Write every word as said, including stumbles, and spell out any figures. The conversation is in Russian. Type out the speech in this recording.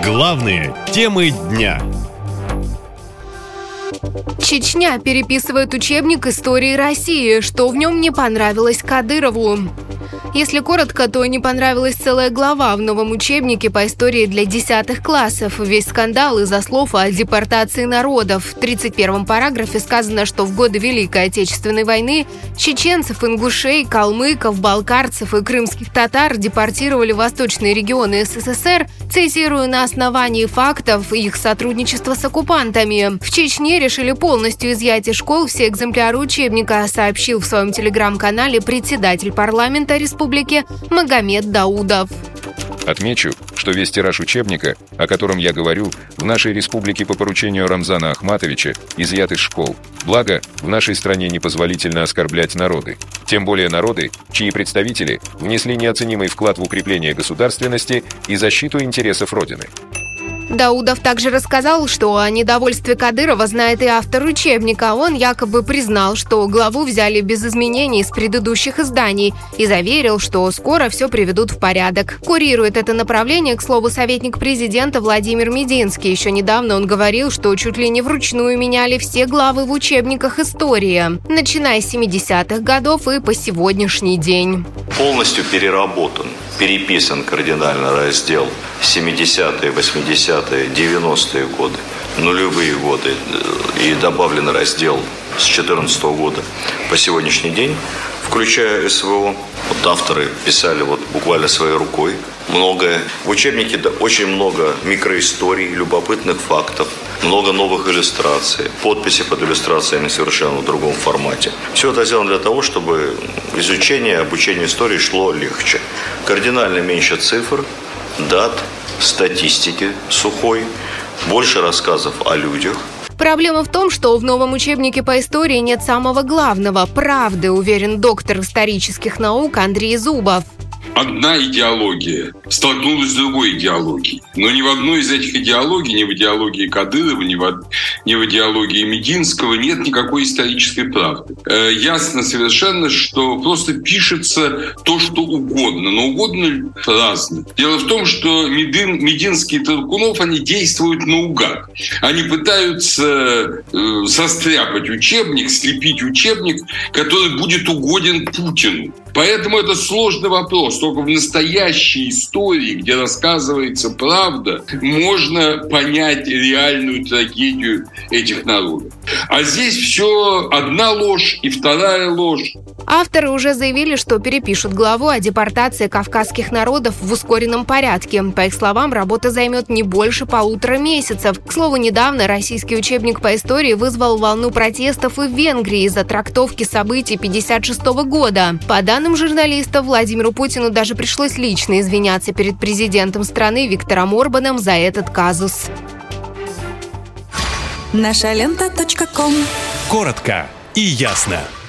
Главные темы дня. Чечня переписывает учебник истории России. Что в нем не понравилось Кадырову? Если коротко, то не понравилась целая глава в новом учебнике по истории для десятых классов. Весь скандал из-за слов о депортации народов. В тридцать первом параграфе сказано, что в годы Великой Отечественной войны чеченцев, ингушей, калмыков, балкарцев и крымских татар депортировали в восточные регионы СССР, цитирую, на основании фактов их сотрудничества с оккупантами. В Чечне решили полностью изъять из школ все экземпляры учебника, сообщил в своем телеграм-канале председатель парламента республики Магомед Даудов. Отмечу, что весь тираж учебника, о котором я говорю, в нашей республике по поручению Рамзана Ахматовича изъят из школ. Благо, в нашей стране непозволительно оскорблять народы. Тем более народы, чьи представители внесли неоценимый вклад в укрепление государственности и защиту интересов Родины. Даудов также рассказал, что о недовольстве Кадырова знает и автор учебника. Он якобы признал, что главу взяли без изменений из предыдущих изданий и заверил, что скоро все приведут в порядок. Курирует это направление, к слову, советник президента Владимир Мединский. Еще недавно он говорил, что чуть ли не вручную меняли все главы в учебниках истории, начиная с семидесятых годов и по сегодняшний день. Полностью переработан, переписан кардинально раздел семидесятые, восьмидесятые, девяностые годы, нулевые годы, и добавлен раздел с две тысячи четырнадцатого года по сегодняшний день, включая СВО. Вот авторы писали вот буквально своей рукой многое. В учебнике очень много микроисторий, любопытных фактов, много новых иллюстраций, подписи под иллюстрациями совершенно в другом формате. Все это сделано для того, чтобы изучение, обучение истории шло легче. Кардинально меньше цифр, дат, статистики сухой, больше рассказов о людях. Проблема в том, что в новом учебнике по истории нет самого главного – правды, уверен доктор исторических наук Андрей Зубов. Одна идеология столкнулась с другой идеологией. Но ни в одной из этих идеологий, ни в идеологии Кадырова, ни в, ни в идеологии Мединского нет никакой исторической правды. Э, ясно совершенно, что просто пишется то, что угодно, но угодно разно. Дело в том, что Медин, Мединский и Таркунов, они действуют наугад. Они пытаются э, состряпать учебник, слепить учебник, который будет угоден Путину. Поэтому это сложный вопрос. Только в настоящей истории, где рассказывается правда, можно понять реальную трагедию этих народов. А здесь все одна ложь и вторая ложь. Авторы уже заявили, что перепишут главу о депортации кавказских народов в ускоренном порядке. По их словам, работа займет не больше полутора месяцев. К слову, недавно российский учебник по истории вызвал волну протестов и в Венгрии из-за трактовки событий пятьдесят шестого года. По данным журналистов, Владимиру Путину даже пришлось лично извиняться перед президентом страны Виктором Орбаном за этот казус. наша лента точка ком. Коротко и ясно.